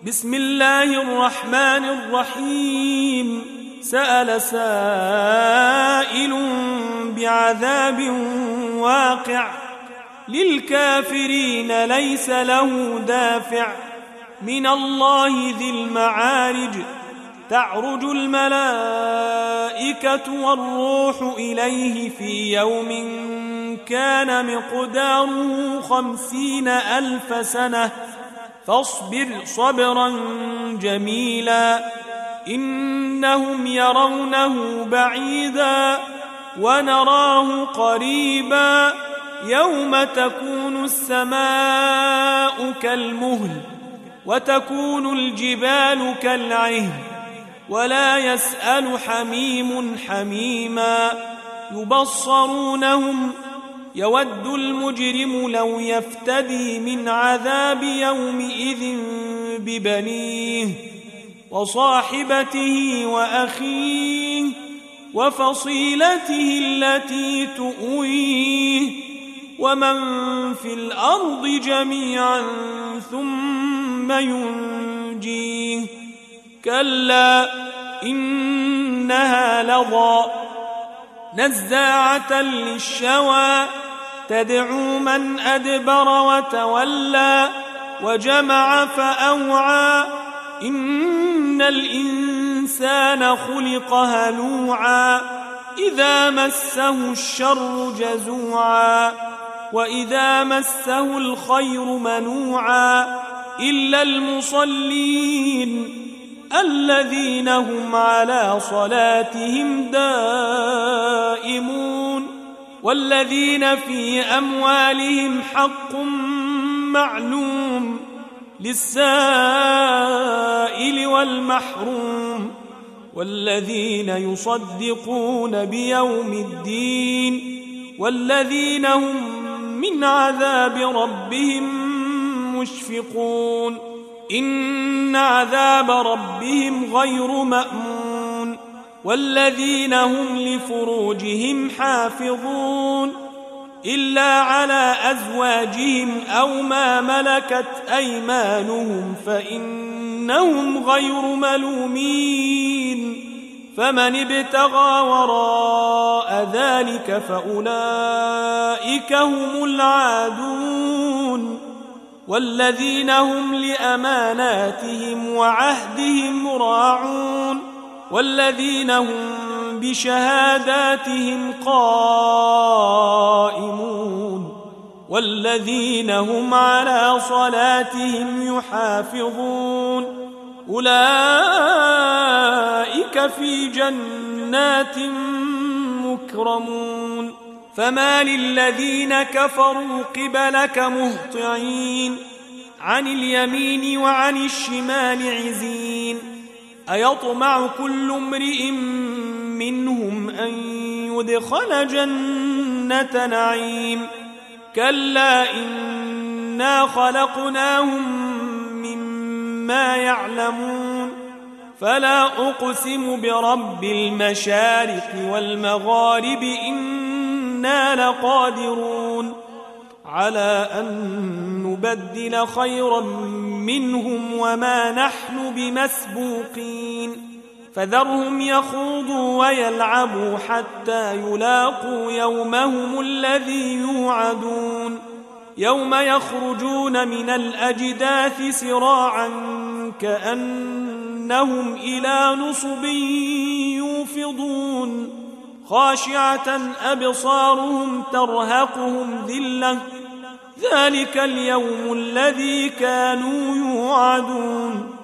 بسم الله الرحمن الرحيم. سأل سائل بعذاب واقع للكافرين ليس له دافع من الله ذي المعارج. تعرج الملائكة والروح إليه في يوم كان مقداره 50,000 سنة فاصبر صبرا جميلا إنهم يرونه بعيدا ونراه قريبا يوم تكون السماء كالمهل وتكون الجبال كالعهن ولا يسأل حميم حميما يبصرونهم يود المجرم لو يفتدي من عذاب يومئذ ببنيه وصاحبته وأخيه وفصيلته التي تؤويه ومن في الأرض جميعا ثم ينجيه كلا إنها لظى نزاعة للشوى تدعو من أدبر وتولى وجمع فأوعى إن الإنسان خلق هلوعا إذا مسه الشر جزوعا وإذا مسه الخير منوعا إلا المصلين الذين هم على صلاتهم دائمون والذين في أموالهم حق معلوم للسائل والمحروم والذين يصدقون بيوم الدين والذين هم من عذاب ربهم مشفقون إن عذاب ربهم غير مأمون والذين هم لفروجهم حافظون إلا على أزواجهم أو ما ملكت أيمانهم فإنهم غير ملومين فمن ابتغى وراء ذلك فأولئك هم العادون والذين هم لأماناتهم وعهدهم راعون والذين هم بشهاداتهم قائمون والذين هم على صلاتهم يحافظون أولئك في جنات مكرمون فما للذين كفروا قبلك مهطعين عن اليمين وعن الشمال عزين أيطمع كل امرئ منهم أن يدخل جنة نعيم كلا إنا خلقناهم مما يعلمون فلا أقسم برب المشارق والمغارب إنا لقادرون على أن نبدل خيرا منهم وما نحن بمسبوقين فذرهم يخوضوا ويلعبوا حتى يلاقوا يومهم الذي يوعدون يوم يخرجون من الأجداث سراعا كأنهم إلى نصب يوفضون خاشعة أبصارهم ترهقهم ذلة ذلك اليوم الذي كانوا يوعدون